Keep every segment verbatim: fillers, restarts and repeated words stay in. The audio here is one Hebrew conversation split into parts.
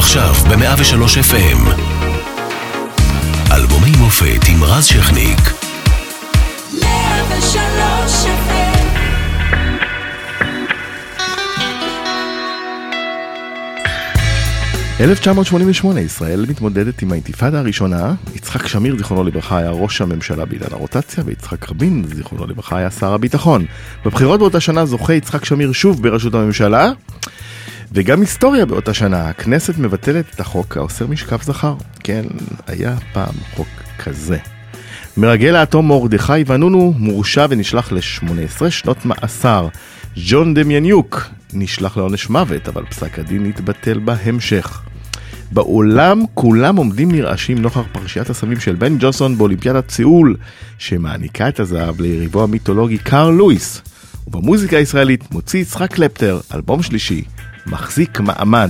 עכשיו ב-מאה ושלוש אף אם. אלבומי מופת עם רז שכניק. מאה ושלוש אף אם. אלף תשע מאות שמונים ושמונה, ישראל מתמודדת עם האינתיפאדה הראשונה. יצחק שמיר, זיכרונו לברכה, היה ראש הממשלה בעידן הרוטציה, ויצחק רבין, זיכרונו לברכה, היה שר הביטחון. בבחירות באותה שנה זוכה יצחק שמיר שוב בראשות הממשלה, וגם היסטוריה באותה שנה. הכנסת מבטלת את החוק האוסר משכב זכר. כן, היה פעם חוק כזה. מרגל האטום מרדכי ואנונו מורשע ונשלח ל-שמונה עשרה שנות מאסר. ג'ון דמיאניוק נשלח לעונש מוות, אבל פסק הדין התבטל בהמשך. בעולם כולם עומדים נרעשים נוכח פרשיית הסמים של בן ג'ונסון באולימפיאדת סיאול, שמעניקה את הזהב ליריבו המיתולוגי קארל לואיס. ובמוזיקה הישראלית מוציא יצחק קלפטר אלבום שלישי, מחזיק מעמד.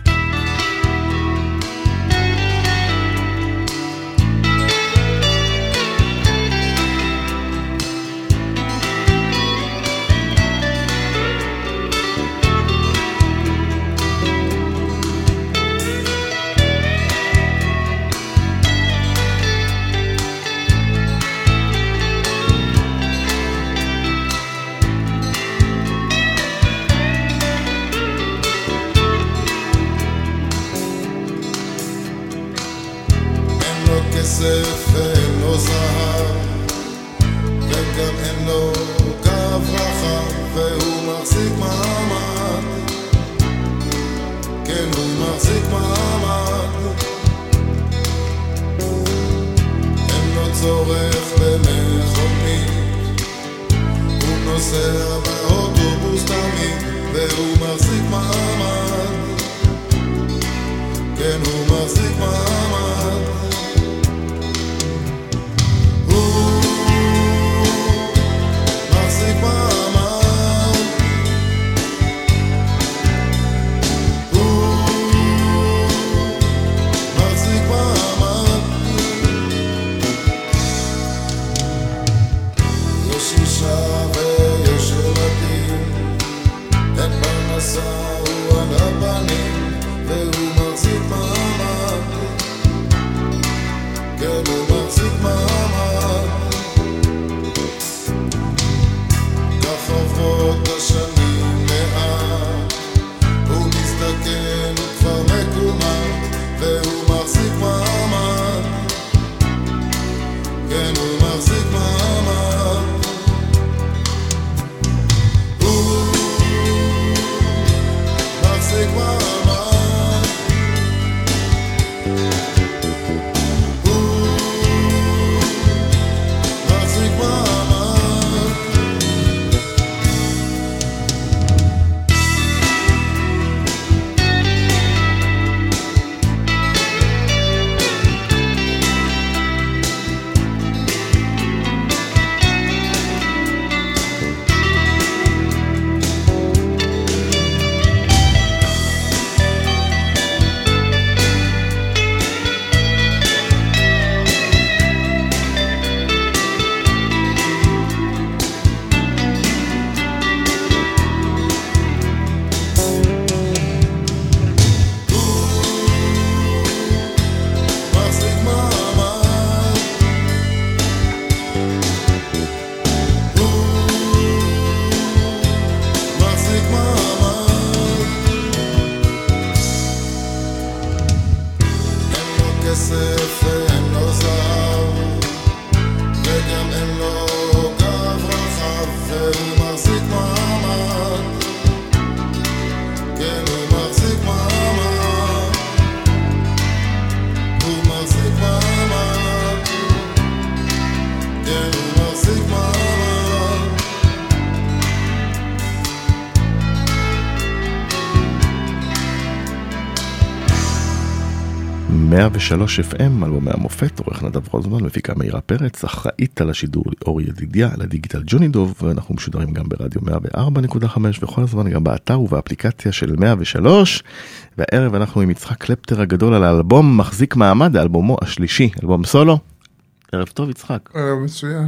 מאה ושלוש אף אם, אלבומי המופת, עורך נדב רוזמן, מפיקה מאירה פרץ, אחראית על השידור אור ידידיה, על הדיגיטל ג'וני דוב, ואנחנו משודרים גם ברדיו מאה וארבע נקודה חמש, וכל הזמן גם באתר ובאפליקציה של מאה ושלוש, והערב אנחנו עם יצחק קלפטר הגדול על האלבום מחזיק מעמד, האלבומו השלישי, אלבום סולו. ערב טוב יצחק. ערב מצוין.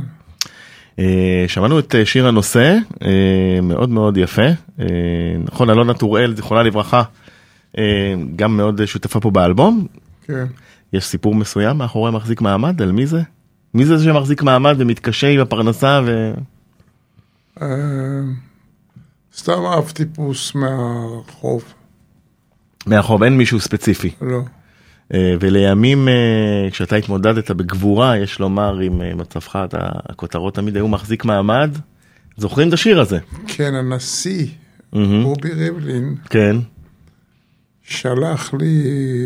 שמענו את שיר הנושא, מאוד מאוד יפה, נכון, אלונה טוראל, זיכרונה לברכה, גם מאוד שותפה פה באלבום. כן. יש סיפור מסוים מאחורי מחזיק מעמד, על מי זה? מי זה שמחזיק מעמד ומתקשה עם הפרנסה ו... סתם אף טיפוס מהרחוב. מהרחוב, אין מישהו ספציפי. לא. ולימים, כשאתה התמודדת בגבורה, יש לומר, עם מצבך, הכותרות תמיד היו מחזיק מעמד. זוכרים את השיר הזה? כן, הנשיא, רובי ריבלין, כן. שלח לי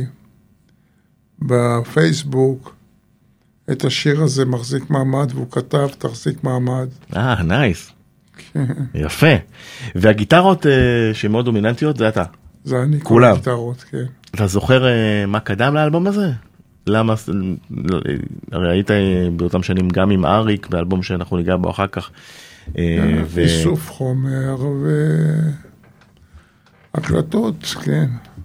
בפייסבוק את השיר הזה, מחזיק מעמד, והוא כתב, תחזיק מעמד. אה, נייס. יפה. והגיטרות שמאוד דומיננטיות, זה אתה. זה אני, כולם. כל הגיטרות, כן. אתה זוכר מה קדם לאלבום הזה? למה, הרי היית באותם שנים גם עם אריק, באלבום שאנחנו ניגע בו אחר כך. איסוף חומר והקלטות, כן.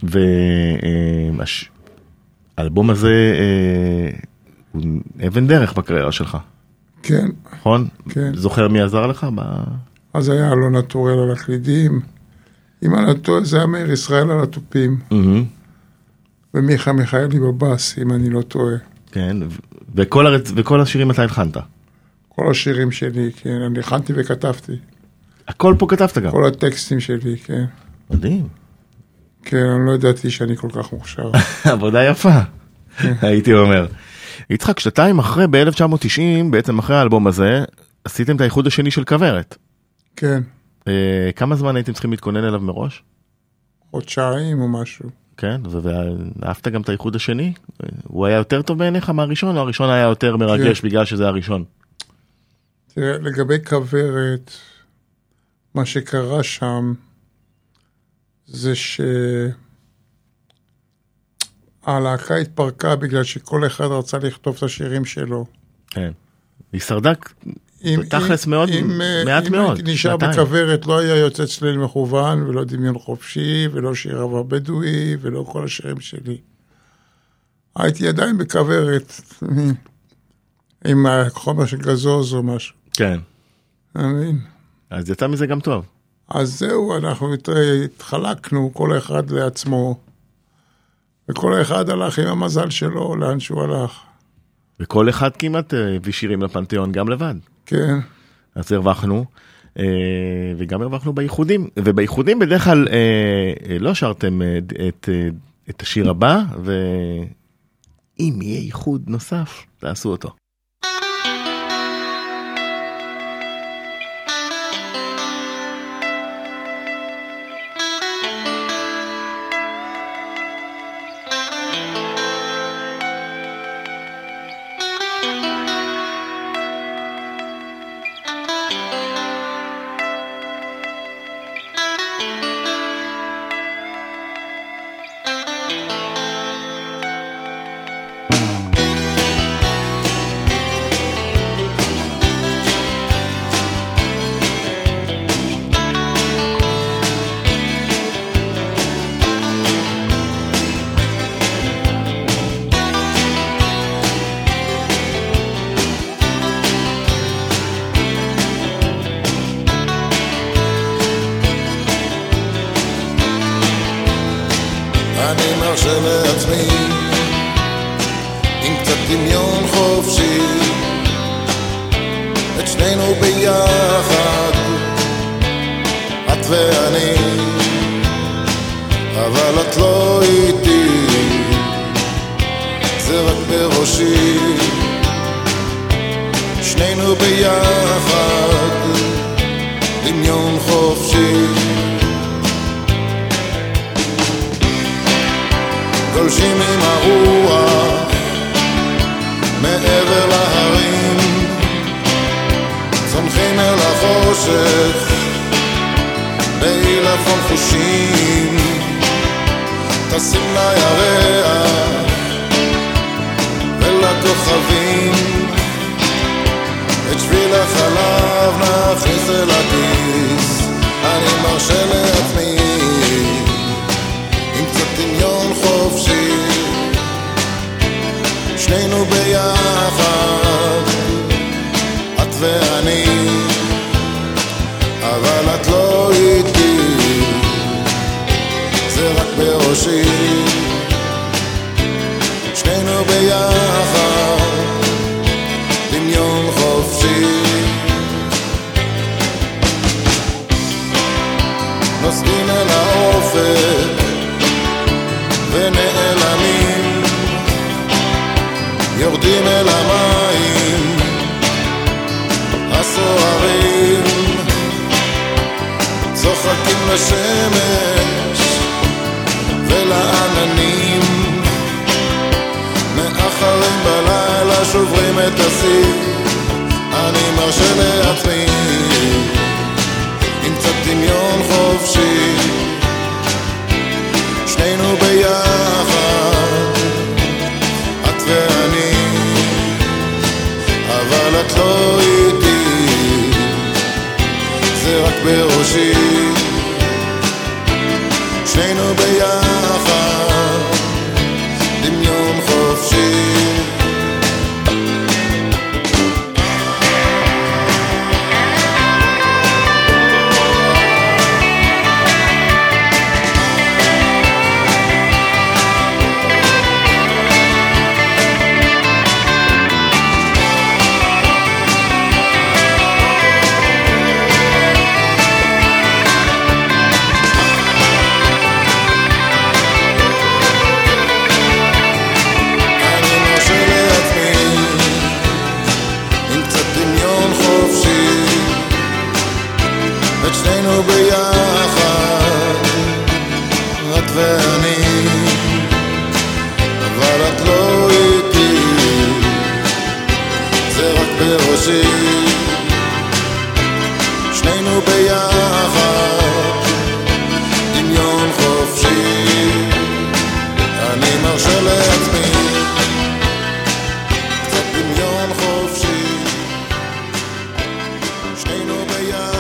והאלבום הזה הוא אבן דרך בקריירה שלך. כן. נכון? כן. זוכר מי עזר לך? אז היה אלון הטורל על הקלידים, אם על הטורל זה היה מאיר ישראל על הטופים, ומיכה מיכאלי בבאס, אם אני לא טועה. כן, וכל, הרצ... וכל השירים אתה הלחנת? כל השירים שלי, כן, אני הכנתי וכתבתי. הכל פה כתבת גם? כל הטקסטים שלי, כן. מדהים. כן, אני לא ידעתי שאני כל כך מוכשר. עבודה יפה, הייתי אומר. יצחק, שנתיים אחרי, ב-אלף תשע מאות תשעים, בעצם אחרי האלבום הזה, עשיתם את האיחוד השני של כוורת. כן. אה, כמה זמן הייתם צריכים להתכונן אליו מראש? חודשיים או משהו. כן, ואהבת גם את האיחוד השני? הוא היה יותר טוב בעיניך מהראשון, או הראשון היה יותר מרגש בגלל שזה הראשון? תראה, לגבי כוורת, מה שקרה שם, זה שהלהקה התפרקה בגלל שכל אחד רצה לכתוב את השירים שלו. כן. היא שרדה תכלס מאוד, מעט מאוד. אם נשאר בכוורת, לא היה יוצא צליל מכוון, ולא דמיון חופשי, ולא שיר אהבה בדואי, ולא כל השירים שלי. הייתי עדיין בכוורת, עם החומר של גזוז או משהו. כן. אמין. אז יצא מזה גם טוב. אז זהו, אנחנו התחלקנו, כל אחד לעצמו, וכל אחד הלך עם המזל שלו, לאן שהוא הלך. וכל אחד כמעט הביא שירים לפנתיאון, גם לבד. כן. אז הרווחנו, וגם הרווחנו בייחודים, ובייחודים בדרך כלל לא שרתם את, את השיר הבא, ואם יהיה ייחוד נוסף, תעשו אותו. אבל את לא איתי, זה רק ב... בראשי, שנינו ביחד, דמיון חופשי. נוסעים אל האופק ונעלמים, יורדים אל המים הסוערים, צוחקים לשמש ולעננים, מאחרים בלילה שוברים את השיא. אני מרשה לעצמי עם קצת דמיון חופשי, שנינו ביחד, את ואני, אבל את לא איתי, זה רק בראשי, שנינו ביחד, דמיון חופשי. שנינו ביחד, את ואני, אבל את לא איתי, זה רק בראשי, שנינו ביחד, דמיון חופשי. אני מרשה לעצמי קצת דמיון חופשי, שנינו ביחד.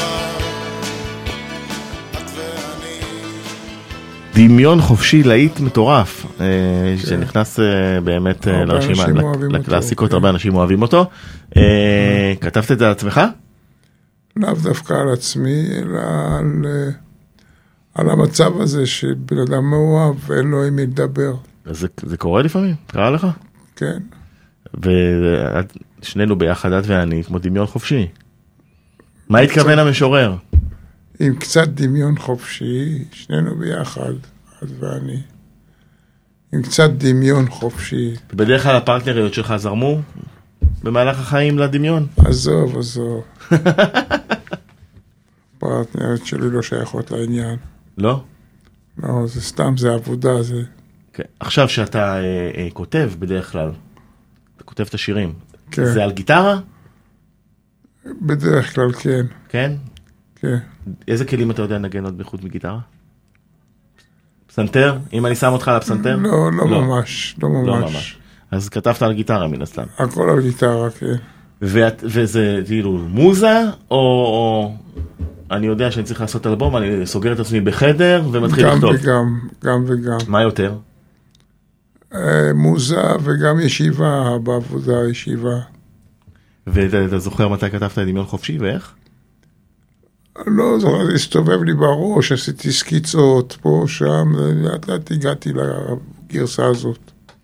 דמיון חופשי, להיט מטורף, שנכנס באמת לרשימה, לקלאסיקות, הרבה אנשים אוהבים אותו. כתבת את זה על עצמך? לאו דווקא על עצמי, אלא על המצב הזה שבן אדם מאוהב ואין לו עם מי לדבר. זה קורה לפעמים? קרה לך? כן. ושנינו ביחד, את ואני, כמו דמיון חופשי. מה התכוון המשורר? עם קצת דמיון חופשי, שנינו ביחד, את ואני. עם קצת דמיון חופשי. בדרך כלל הפרטנריות שלך זרמו במהלך החיים לדמיון? עזוב, עזוב. הפרטנריות שלי לא שייכות לעניין. לא? לא, זה סתם, זה עבודה, זה... כן. עכשיו שאתה אה, אה, כותב בדרך כלל, אתה כותב את השירים, כן. זה על גיטרה? בדרך כלל כן. כן? כן. איזה כלים אתה יודע לנגן עוד בחוץ מגיטרה? פסנתר? אם אני שם אותך על הפסנתר? לא, לא, לא. ממש, לא ממש. לא ממש. אז כתבת על גיטרה מן הסתם. הכל על גיטרה, כן. ואת, וזה כאילו מוזה, או, או אני יודע שאני צריך לעשות אלבום, אני סוגר את עצמי בחדר ומתחיל לכתוב. גם וגם, גם וגם. מה יותר? אה, מוזה וגם ישיבה, בעבודה ישיבה. ואתה זוכר מתי כתבת את דמיון חופשי ואיך? לא, זה הסתובב לי בראש, עשיתי סקיצות פה, שם, לאט לאט הגעתי לגרסה הזאת.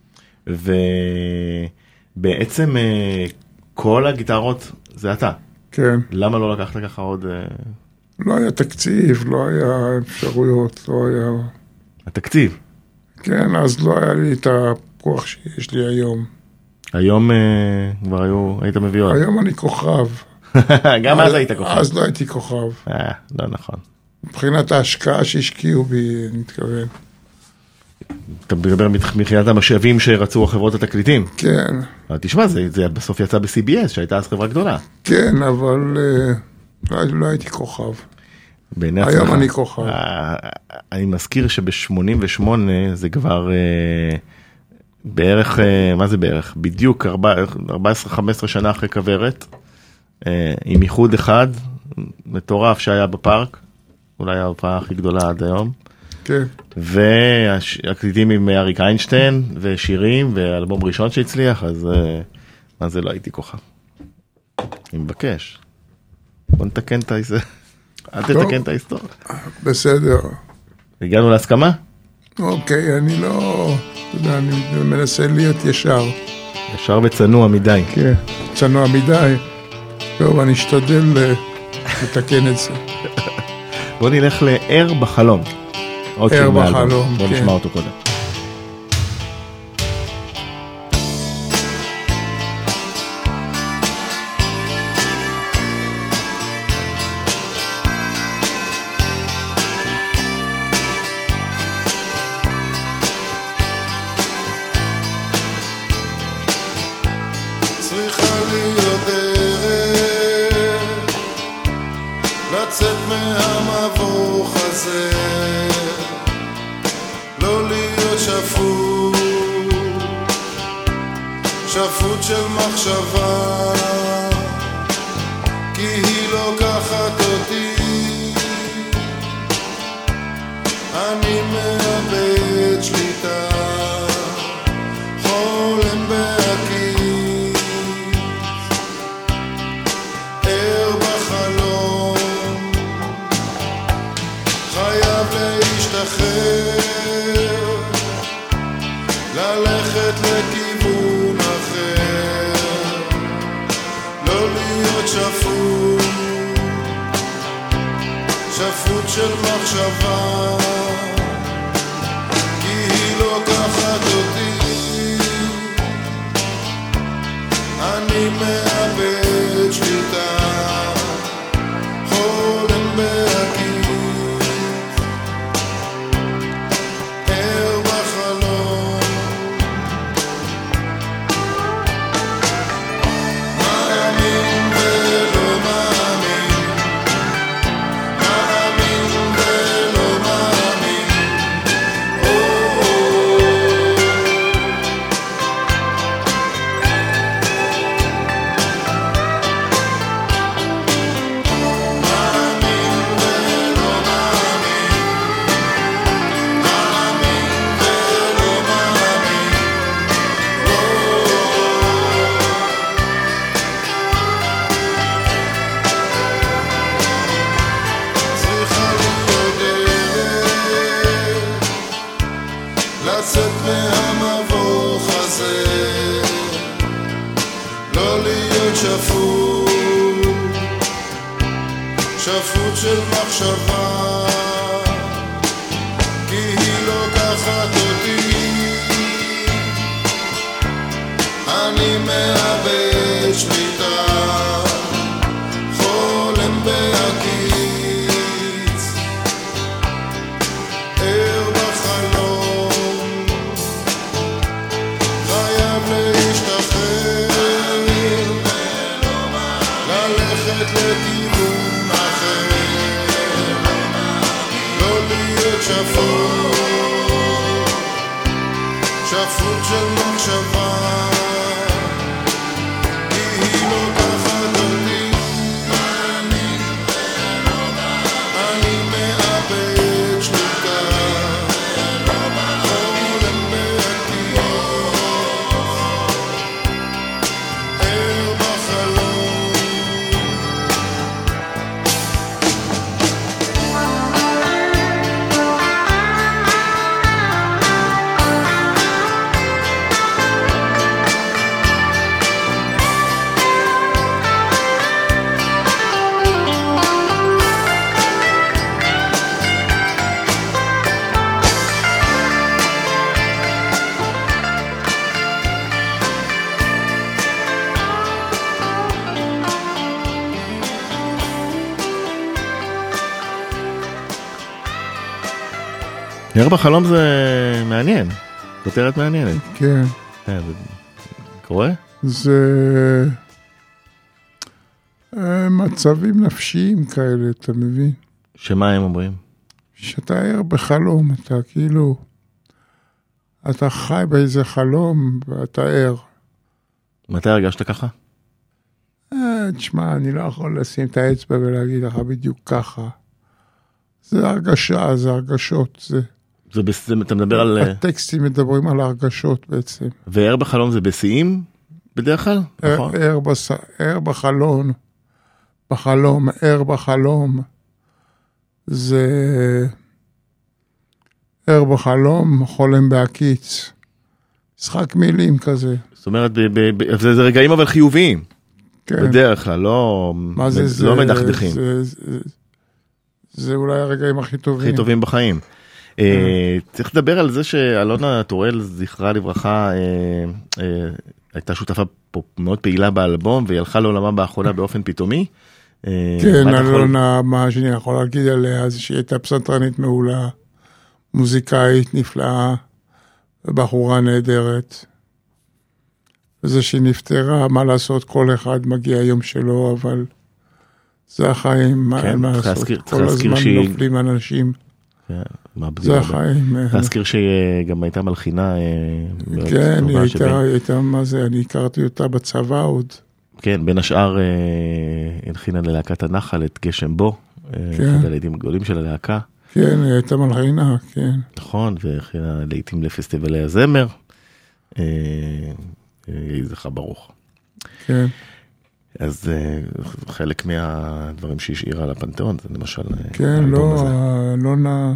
ובעצם כל הגיטרות זה אתה. כן. למה לא לקחת ככה עוד... לא היה תקציב, לא היה אפשרויות, לא היה... התקציב? כן, אז לא היה לי את הכוח שיש לי היום. היום כבר היו, היית מביא עוד. היום אני כוכב. גם אז היית כוכב. אז לא הייתי כוכב. אה, לא נכון. מבחינת ההשקעה שהשקיעו בי, אני מתכוון. אתה מדבר מבחינת המשאבים שרצו החברות התקליטים. כן. אבל תשמע, זה, זה בסוף יצא ב-סי בי אס, שהייתה אז חברה גדולה. כן, אבל לא, לא הייתי כוכב. היום אני כוכב. אני מזכיר שב-שמונים ושמונה זה כבר בערך, מה זה בערך? בדיוק ארבע עשרה חמש עשרה שנה אחרי כברת, עם ייחוד אחד, מטורף שהיה בפארק, אולי ההופעה הכי גדולה עד היום. כן. והקליטים עם אריק איינשטיין, ושירים, ואלבום ראשון שהצליח, אז מה זה לא הייתי כוכב. אני מבקש. בוא נתקן את ההיסטוריה. אל תתקן את ההיסטוריה. בסדר. הגענו להסכמה? אוקיי, אני לא... אתה יודע, אני מנסה להיות ישר. ישר וצנוע מדי. כן, צנוע מדי. טוב, אני אשתדל לתקן את זה. בוא נלך לער בחלום. ער בחלום, בוא כן. נשמע אותו קודם. צריכה להיות דרך לצאת מהמבוך הזה, לא להיות שפוט, שפוט של מחשבה, כי היא לוקחת אותי, אני מאבד שליטה, חולם בהקיף, ער בחלום, חייב להשתחרר, ללכת לכיוון אחר, לא להיות שפוט, שפוט של מחשבה, כי היא לוקחת אותי, אני מאבד שליטה, חולם בהקיף, ער בחלום, מאמין ולא מאמין, מאמין ולא מאמין, צריכה להיות דרך לצאת מהמבוך הזה, לא להיות שפוט, שפוט של מחשבה, כי היא לוקחת אותי, אני מאבד שליטה, חולם בהקיץ, ער בחלום, חייב להשתחרר, ללכת לכיוון אחר, לא להיות שפוט, שפוט של מחשבה, כי היא לוקחת אותי, אני מאבד שליטה, חולם בהקיף, ער בחלום. ער בחלום זה מעניין, כותרת מעניינת. כן, אה, זה קורה? זה אה, מצבים נפשיים כאלה, אתה מבין? שמה הם אומרים? שאתה ער בחלום, אתה כאילו, אתה חי באיזה חלום ואתה ער. מתי הרגשת ככה? אה, תשמע, אני לא יכול לשים את האצבע ולהגיד לך בדיוק ככה. זה הרגשה, זה הרגשות, זה... זה בס... אתה מדבר על... הטקסטים מדברים על הרגשות בעצם. וער בחלום זה בשיאים בדרך כלל? נכון? ער בס... ער בחלון, בחלום, ער בחלום, זה... ער בחלום, חולם בהקיץ. משחק מילים כזה. זאת אומרת, ב- ב- ב- זה, זה רגעים אבל חיוביים. כן. בדרך כלל, לא, מה זה, לא זה, מדכדכים. זה, זה, זה, זה אולי הרגעים הכי טובים. הכי טובים בחיים. אה, צריך לדבר על זה שאלונה טורל, זכרה לברכה, אה, אה, הייתה שותפה פה מאוד פעילה באלבום, והיא הלכה לעולמה באחרונה באופן פתאומי. אה, כן, מה אתה יכול- אלונה, מה שאני יכול להגיד עליה, זה שהיא הייתה פסנתרנית מעולה, מוזיקאית נפלאה, ובחורה נהדרת. וזה שהיא נפטרה, מה לעשות, כל אחד מגיע היום שלו, אבל זה החיים, מה כן, אין מה צריך לעשות, להזכיר- צריך כל להזכיר הזמן שהיא- נופלים אנשים, כן, מאבדים זה הרבה. החיים. להזכיר שהיא גם הייתה מלחינה אה, מאוד כן, היא טובה הייתה, שבין- היא הייתה, מה זה, אני הכרתי אותה בצבא עוד. כן, בין השאר אה, הלחינה ללהקת הנחל את גשם בו, אה, כן. אחד הלהיטים הגדולים של הלהקה, כן, היא הייתה מלחינה, כן. נכון, והכינה לעיתים לפסטיבלי הזמר, אה, אה, יהי זכרה ברוך. כן. אז אה, חלק מהדברים שהשאירה לפנתיאון, זה למשל אה, כן, האלבום לא, הזה. לא נע...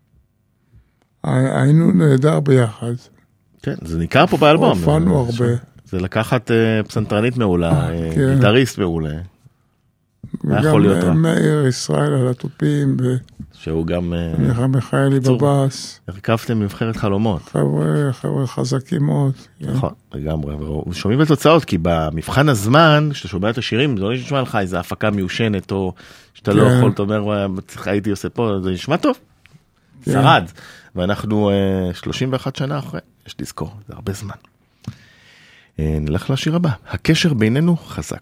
היינו נהדר ביחד. כן, זה ניכר פה באלבום. הופענו זה- הרבה. זה לקחת אה, פסנתרנית מעולה, אה, כן. גיטריסט מעולה, היה יכול וגם להיות רע. מאיר ישראל על התופים, שהוא גם... אה, ומיכה מיכאלי צור. בבאס. הרכבתם מבחרת חלומות. חבר'ה, חבר'ה חזקים מאוד. כן. נכון, לגמרי, ושומעים את התוצאות, כי במבחן הזמן, שאתה שומע את השירים, זה לא נשמע לך איזו הפקה מיושנת, או שאתה לא כן. יכול, אתה אומר, "וואי, הייתי עושה פה, זה נשמע טוב, כן. שרד, ואנחנו אה, שלושים ואחת שנה אחרי, יש לזכור, זה הרבה זמן. אה, נלך לשיר הבא, הקשר בינינו חזק.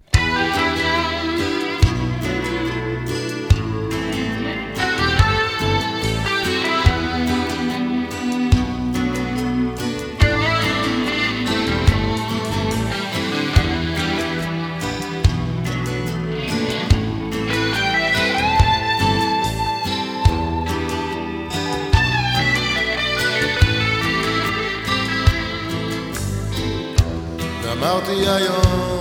גמרתי היום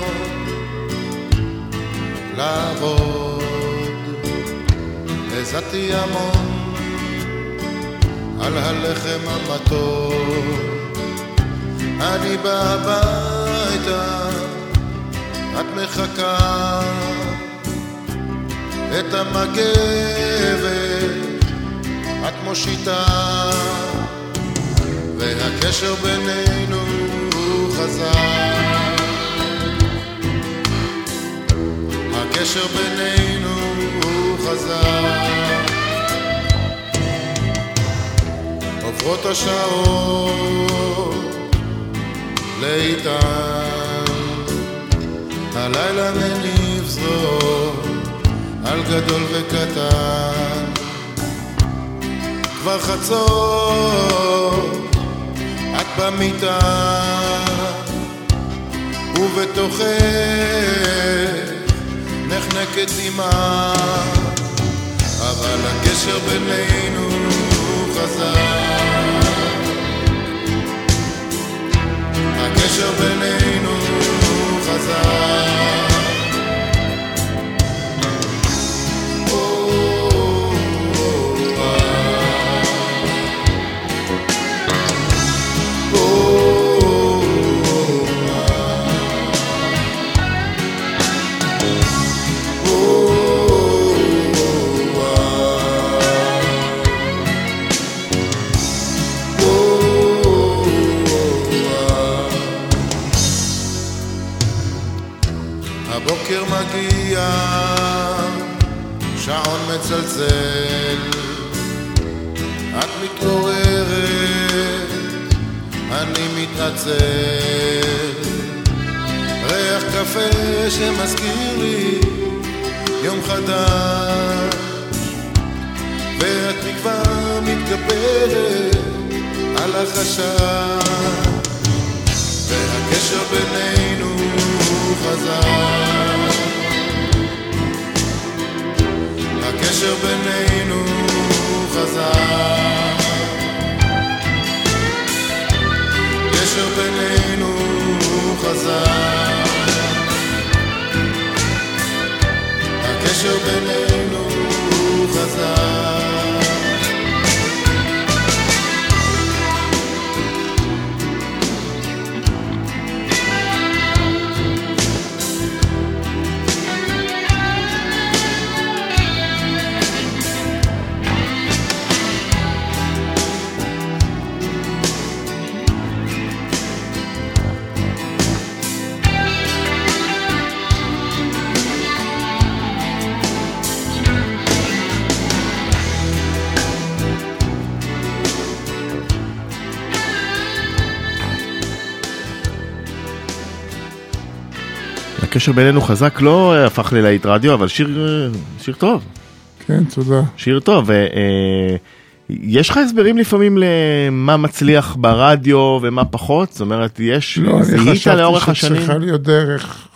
לעבוד, הזעתי המון על הלחם המתוק. אני בא הביתה, את מחכה, את המגבת את מושיטה, והקשר בינינו חזק. הקשר בינינו חזק. עוברות השעות לאיתן, הלילה מניף זרוע על גדול וקטן. כבר חצות את במיטה, ובתוכך נחנקת דמעה, אבל הקשר בינינו חזק. הקשר בינינו חזק. הבוקר מגיע, שעון מצלצל, את מתעוררת, אני מתנצל. ריח קפה שמזכיר לי יום חדש, והתקווה מתגברת על החשש, והקשר בינינו חזק. הקשר בינינו חזק. הקשר בינינו חזק. הקשר בינינו חזק. קשר בינינו חזק לא הפך ללהיט רדיו, אבל שיר, שיר טוב. כן, תודה. שיר טוב. יש לך הסברים לפעמים למה מצליח ברדיו ומה פחות? זאת אומרת, יש... לא, אני חשבתי שצריכה להיות דרך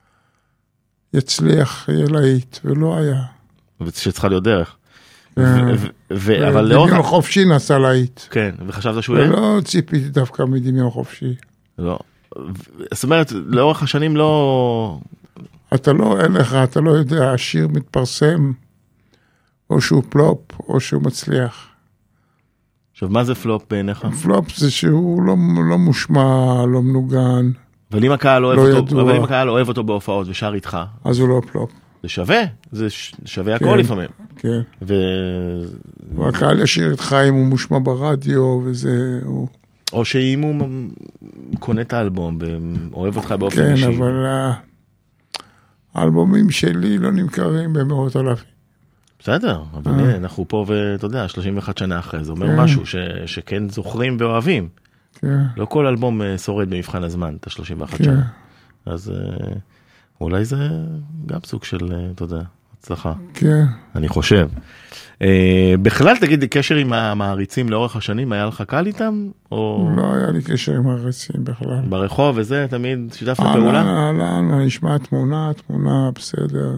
יצליח, יהיה להיט, ולא היה. ושצריכה להיות דרך. אבל דמיון חופשי נסע להיט. כן, וחשבת שהוא יהיה? ולא ציפיתי דווקא מדמיון חופשי. לא. זאת אומרת, לאורך השנים לא... אתה לא, אין לך, אתה לא יודע, השיר מתפרסם, או שהוא פלופ, או שהוא מצליח. עכשיו, מה זה פלופ בעיניך? פלופ זה שהוא לא, לא מושמע, לא מנוגן. אבל אם הקהל אוהב, לא אותו, אבל אם הקהל אוהב אותו בהופעות ושר איתך, אז הוא לא פלופ. זה שווה, זה שווה הכל לפעמים. כן. ו... והקהל ישיר איתך אם הוא מושמע ברדיו, וזה... הוא... או שאם הוא קונה את האלבום ואוהב אותך באופן אישי. כן, אבל האלבומים שלי לא נמכרים במאות אלפים. בסדר, אבל הנה, אנחנו פה ואתה יודע, שלושים ואחת שנה אחרי, זה אומר משהו שכן זוכרים ואוהבים. לא כל אלבום שורד במבחן הזמן, את ה-שלושים ואחת שנה. אז אולי זה גם סוג של, אתה יודע, הצלחה. כן. אני חושב. בכלל, תגיד, קשר עם המעריצים לאורך השנים, היה לך קל איתם? לא היה לי קשר עם המעריצים בכלל. ברחוב וזה, תמיד שיתפת פעולה? אהלן, אהלן, נשמע תמונה, תמונה, בסדר.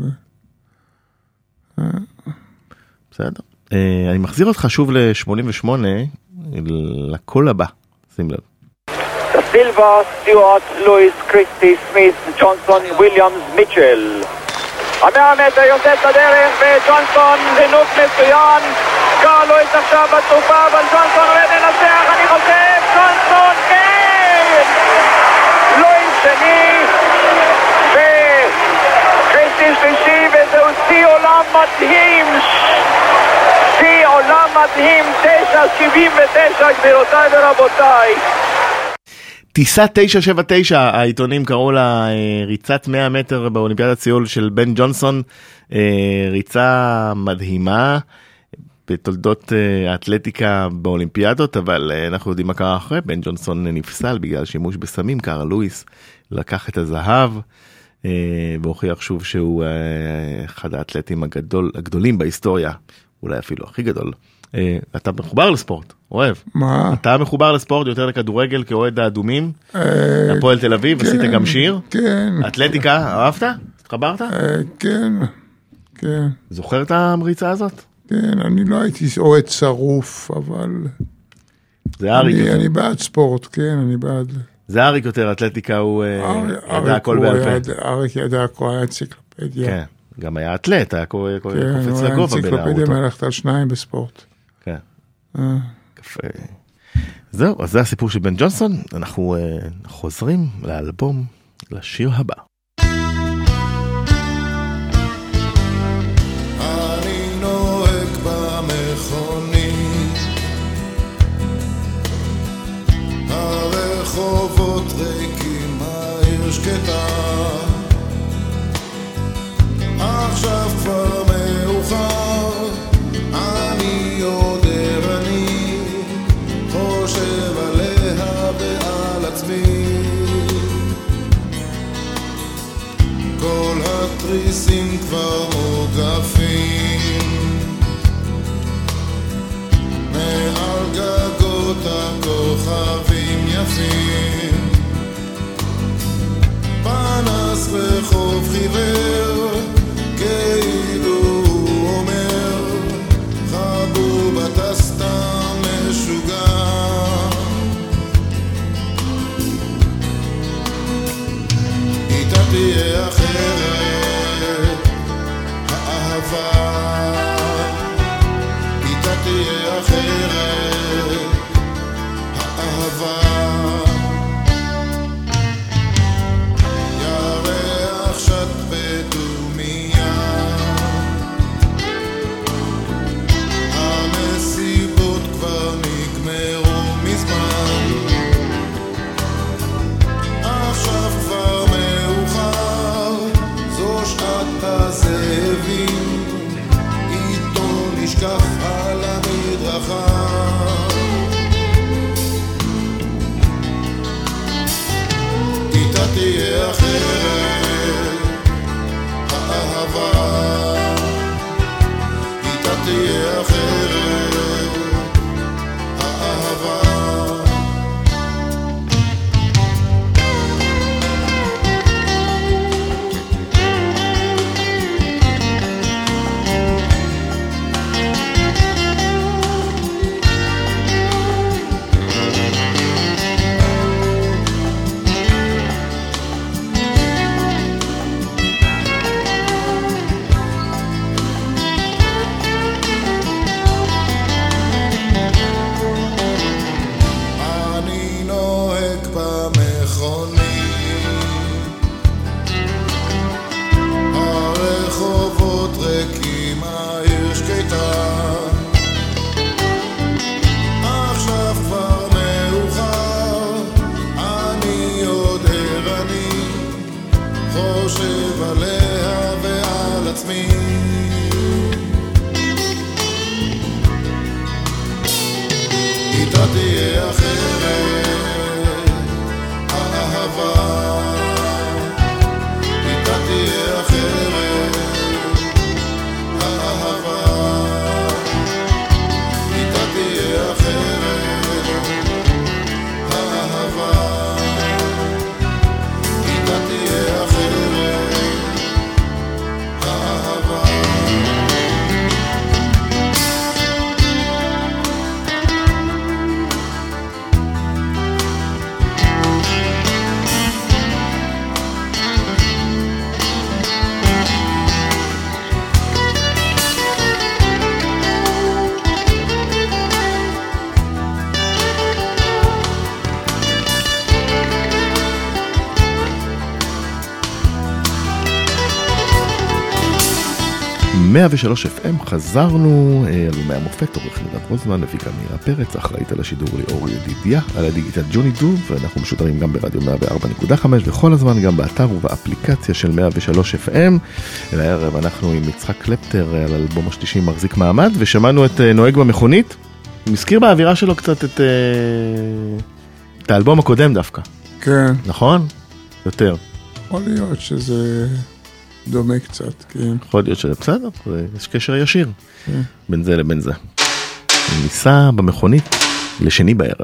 בסדר. אני מחזיר אותך שוב ל-שמונים ושמונה, לקול הבא. שים לב. סילבה, סטיוארט, לואיס, קריסטי, סמית, ג'ונסון, וויליאמס, מיטשל. המאה מטר יוצאת לדרך, וג'ונסון זינוק מצוין. קרלויס עכשיו בתרופה, אבל ג'ונסון עומד לנצח, אני חושב, ג'ונסון, כן! לואיס שני, וקריסטי שלישי, וזהו שיא עולם מדהים. שיא עולם מדהים, תשע שבעים ותשע, גבירותיי ורבותיי. טיסה תשע שבע תשע, העיתונים קראו לה ריצת מאה מטר באולימפיאדת סיול של בן ג'ונסון, ריצה מדהימה בתולדות האתלטיקה באולימפיאדות, אבל אנחנו יודעים מה קרה אחרי, בן ג'ונסון נפסל בגלל שימוש בסמים, קארל לואיס לקח את הזהב, והוכיח שוב שהוא אחד האתלטים הגדול, הגדולים בהיסטוריה, אולי אפילו הכי גדול. אתה מחובר לספורט, אוהב. מה? אתה מחובר לספורט יותר לכדורגל כאוהד האדומים, הפועל תל אביב, עשית גם שיר. כן. אתלטיקה, אהבת? התחברת? כן, כן. זוכר את המריצה הזאת? כן, אני לא הייתי אוהד שרוף, אבל... זה אריק יותר. אני בעד ספורט, כן, אני בעד... זה אריק יותר, אתלטיקה הוא ידע הכל בעל פה. אריק ידע הכל, היה אנציקלופדיה. כן, גם היה אתלט, היה קופץ לגובה בין הארוטות. אנציקלופדיה מלכת על שניים בספורט. כן. קפה. זהו, אז זה הסיפור של בן ג'ונסון, אנחנו חוזרים לאלבום, לשיר הבא. אני נוהג במכונית, הרחובות ריקים, העיר שקטה, עכשיו כבר מאוחר, אני עוד ערני, חושב עליה ועל עצמי, כל התריסים כבר מוגפים, מעל גגות הכוכבים יפים, פנס רחוב חיוור, כאילו הוא אומר, חבוב אתה סתם משוגע, איתה תהיה אחרת האהבה, איתה תהיה אחרת האהבה, ירח שט בדומיה, המסיבות כבר נגמרו מזמן, עכשיו כבר מאוחר, זו שעת הזאבים, איתו נשכח על המדרכה, תהיה אחרת, האהבה איתה תהיה אחרת, האהבה איתה תהיה אחרת, האהבה איתה תהיה אחרת, האהבה. מאה ושלוש אף אם חזרנו, אלומי המופת, עורך נדב רוזמן, הפיקה מירה פרץ, אחראית על השידור ליאור ידידיה, על הדיגיטל ג'וני דוב, ואנחנו משודרים גם ברדיו מאה וארבע נקודה חמש, וכל הזמן גם באתר ובאפליקציה של מאה ושלוש אף אם. הערב אנחנו עם יצחק קלפטר על אלבום השלישי מחזיק מעמד, ושמענו את נוהג במכונית, מזכיר באווירה שלו קצת את, את האלבום הקודם דווקא. כן. נכון? יותר. יכול להיות שזה דומה קצת, כן. יכול להיות שזה בסדר, יש קשר ישיר כן. בין זה לבין זה. ניסה במכונית לשני בערב.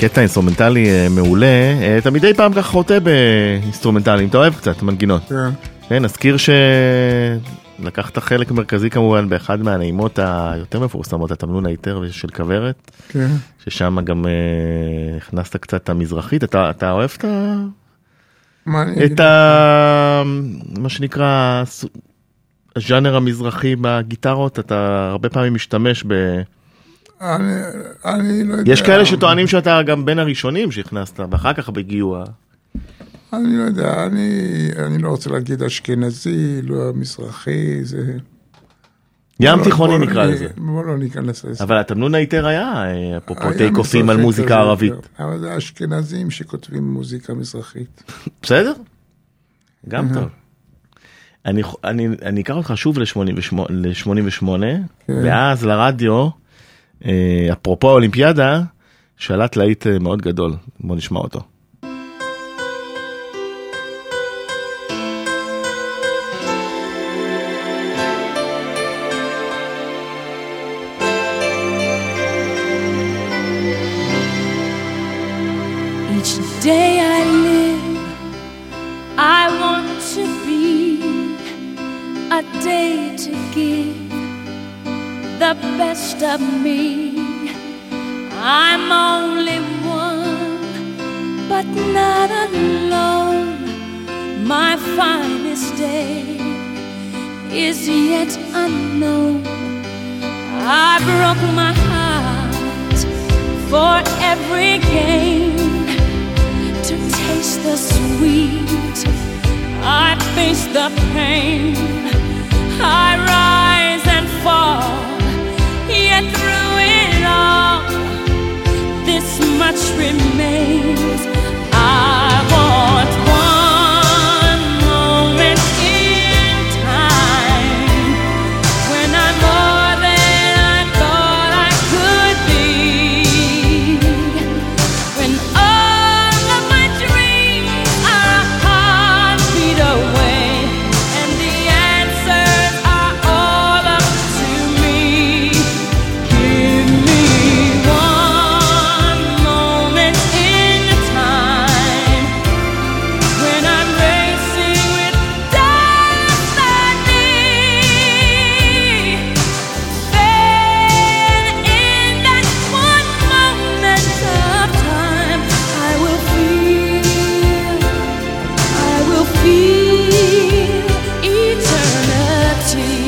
קטע אינסטרומנטלי מעולה, אתה מדי פעם ככה חוטא באינסטרומנטלים, אתה אוהב קצת מנגינות. כן. כן, נזכיר שלקחת חלק מרכזי כמובן באחד מהנעימות היותר מפורסמות, התמנון היתר של כוורת, כן. ששם גם הכנסת קצת המזרחית, אתה, אתה אוהב את ה... מה אני את ה... מה שנקרא, הז'אנר המזרחי בגיטרות, אתה הרבה פעמים משתמש ב... אני, אני לא יודע. יש כאלה שטוענים שאתה גם בין הראשונים שהכנסת, ואחר כך בגיוע. אני לא יודע, אני, אני לא רוצה להגיד אשכנזי, לא מזרחי, זה... ים תיכוני נקרא לזה. בוא לא ניכנס לזה. אבל התמנון היתר היה, אפרופו טייקופים על מוזיקה ערבית. אבל זה אשכנזים שכותבים מוזיקה מזרחית. בסדר? גם טוב. אני, אני, אני אקח אותך שוב ל-שמונים ושמונה, ואז לרדיו, אפרופו האולימפיאדה, שלט להיט מאוד גדול. בוא נשמע אותו. Each day I live, I want to be a day to give the best of me. I'm only one, but not alone. My finest day is yet unknown. I broke my heart for every game. To taste the sweet, I face the pain. I rise and fall, yet through it all, this much remains. I want one moment in time when I'm more than I thought I could be. When all of my dreams are a heartbeat away, and the answers are all up to me. Give me one moment in time when I'm racing with destiny. Then in that one moment of time, I will feel, I will feel eternity.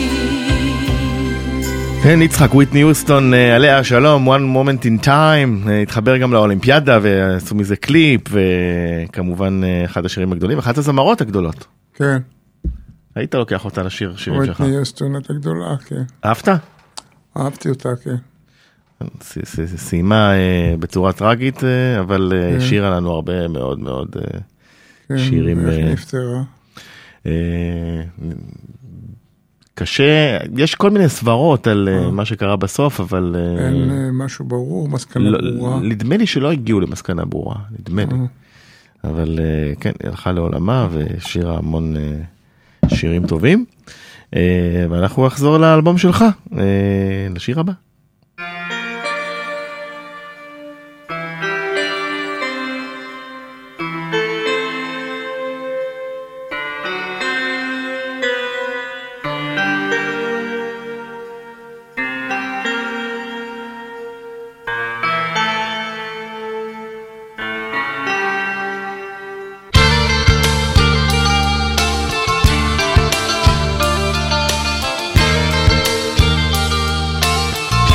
כן, יצחק וויטני יוסטון, עליה שלום, one moment in time, התחבר גם לאולימפיאדה ועשו מזה קליפ, וכמובן אחד השירים הגדולים, אחת הזמרות הגדולות. כן. היית לוקח אותה לשיר שירים שלך. וויטני יוסטון את הגדולה, כן. אהבת? אהבתי אותה, כן. ס- ס- סיימה אה, בצורה טרגית, אה, אבל אה, השאירה לנו הרבה מאוד מאוד אה, כן, שירים. איך אה, נפטרה. אה, קשה, יש כל מיני סברות על אה, מה שקרה בסוף, אבל אה, אין אה, משהו ברור, מסקנה לא- ברורה. נדמה לי שלא הגיעו למסקנה ברורה, נדמה לי. אבל אה, כן, היא הלכה לעולמה והשאירה המון אה, שירים טובים. אה, ואנחנו נחזור לאלבום שלך, אה, לשיר הבא. Thank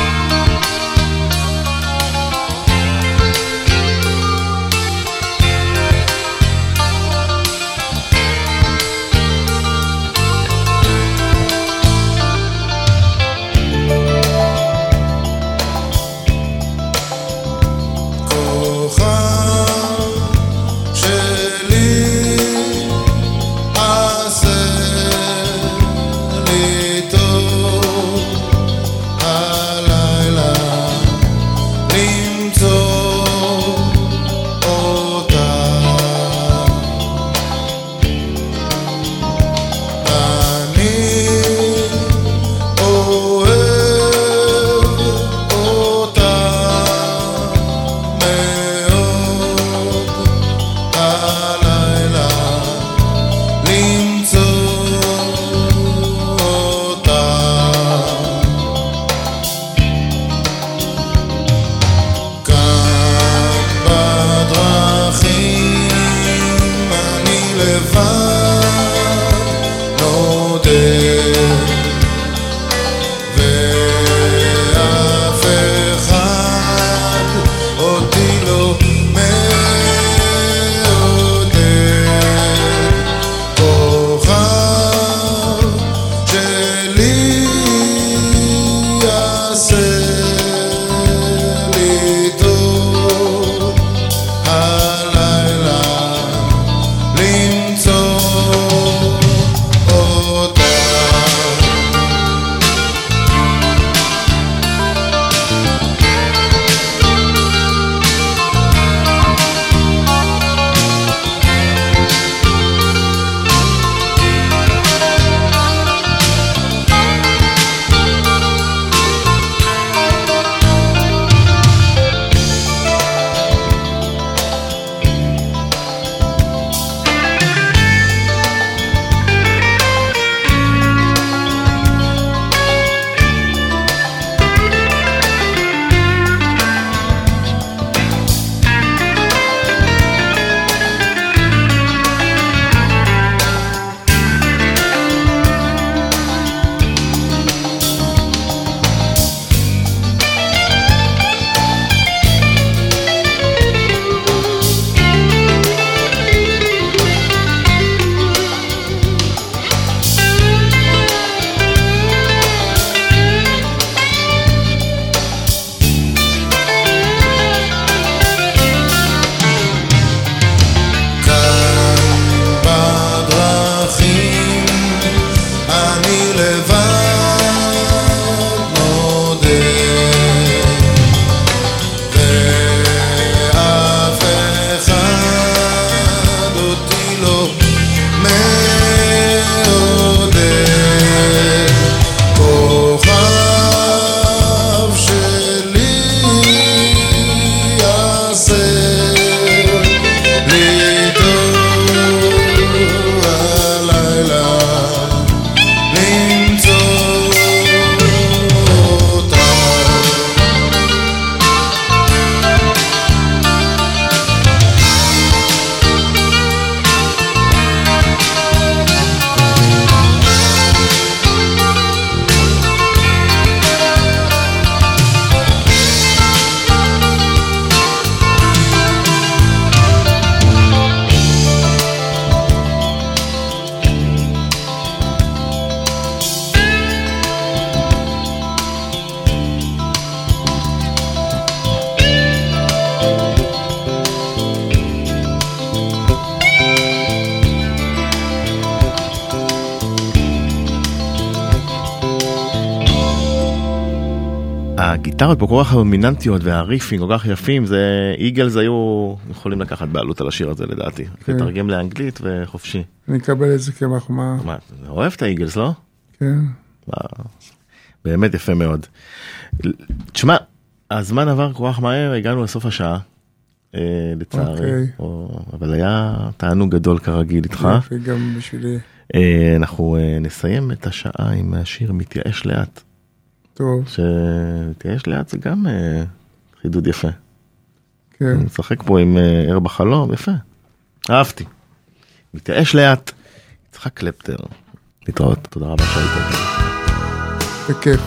הגיטרות פה כל כך דומיננטיות והריפים כל כך יפים, זה איגלס היו יכולים לקחת בעלות על השיר הזה לדעתי. כן. לתרגם לאנגלית וחופשי. אני אקבל את זה כמחמאה. מה, אתה אוהב את האיגלס, לא? כן. וואו, באמת יפה מאוד. תשמע, הזמן עבר כל כך מהר, הגענו לסוף השעה, אה, לצערי. אוקיי. או, אבל היה תענוג גדול כרגיל איתך. יופי, גם בשבילי. אה, אנחנו אה, נסיים את השעה עם השיר מתייאש לאט. טוב, שמתייאש לאט זה גם אה, חידוד יפה. כן. אני משחק פה עם אה, ער בחלום, יפה. אהבתי. מתייאש לאט. יצחק קלפטר. להתראות, תודה רבה שהיית. בכיף.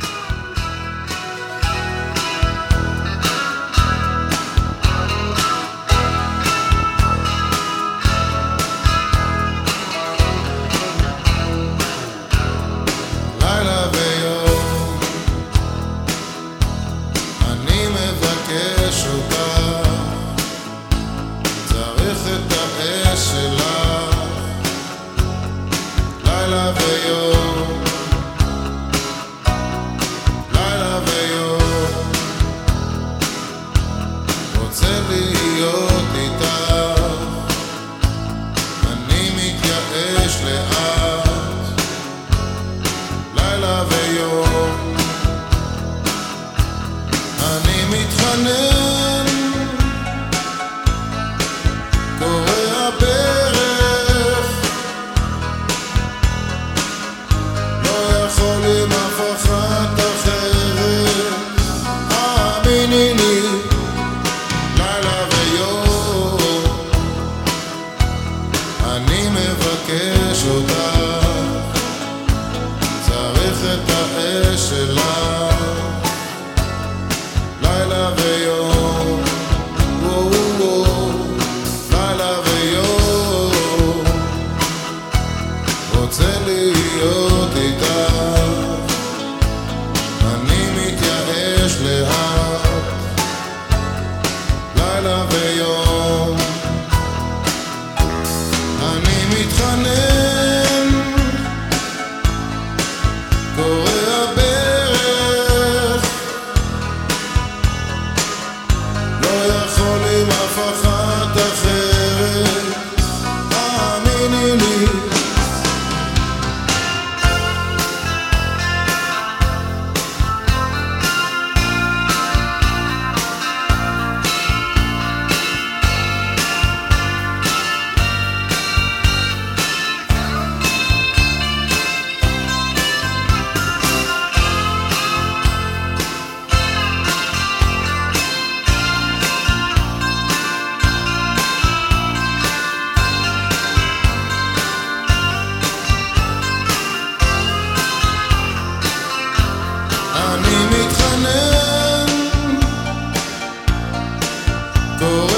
לילה ויום אני מבקש אותה, צריך את האש שלך. לילה ויום, לילה ויום, רוצה להיות איתך, אני מתייאש לאט. לילה ויום אני מתחנן, קורא הברך, לא יכול עם אף אחת אחרת, האמיני לי. לילה ויום אני מבקש אותך, צריך את האש שלך. לילה ויום, וואו, וואו, לילה ויום, רוצה להיות איתך, אני מתייאש לאט. לילה ויום אני מתחנן, קורא הברך, לא יכול עם אף אחת אחרת, האמיני לי. אני מתחנן, קורא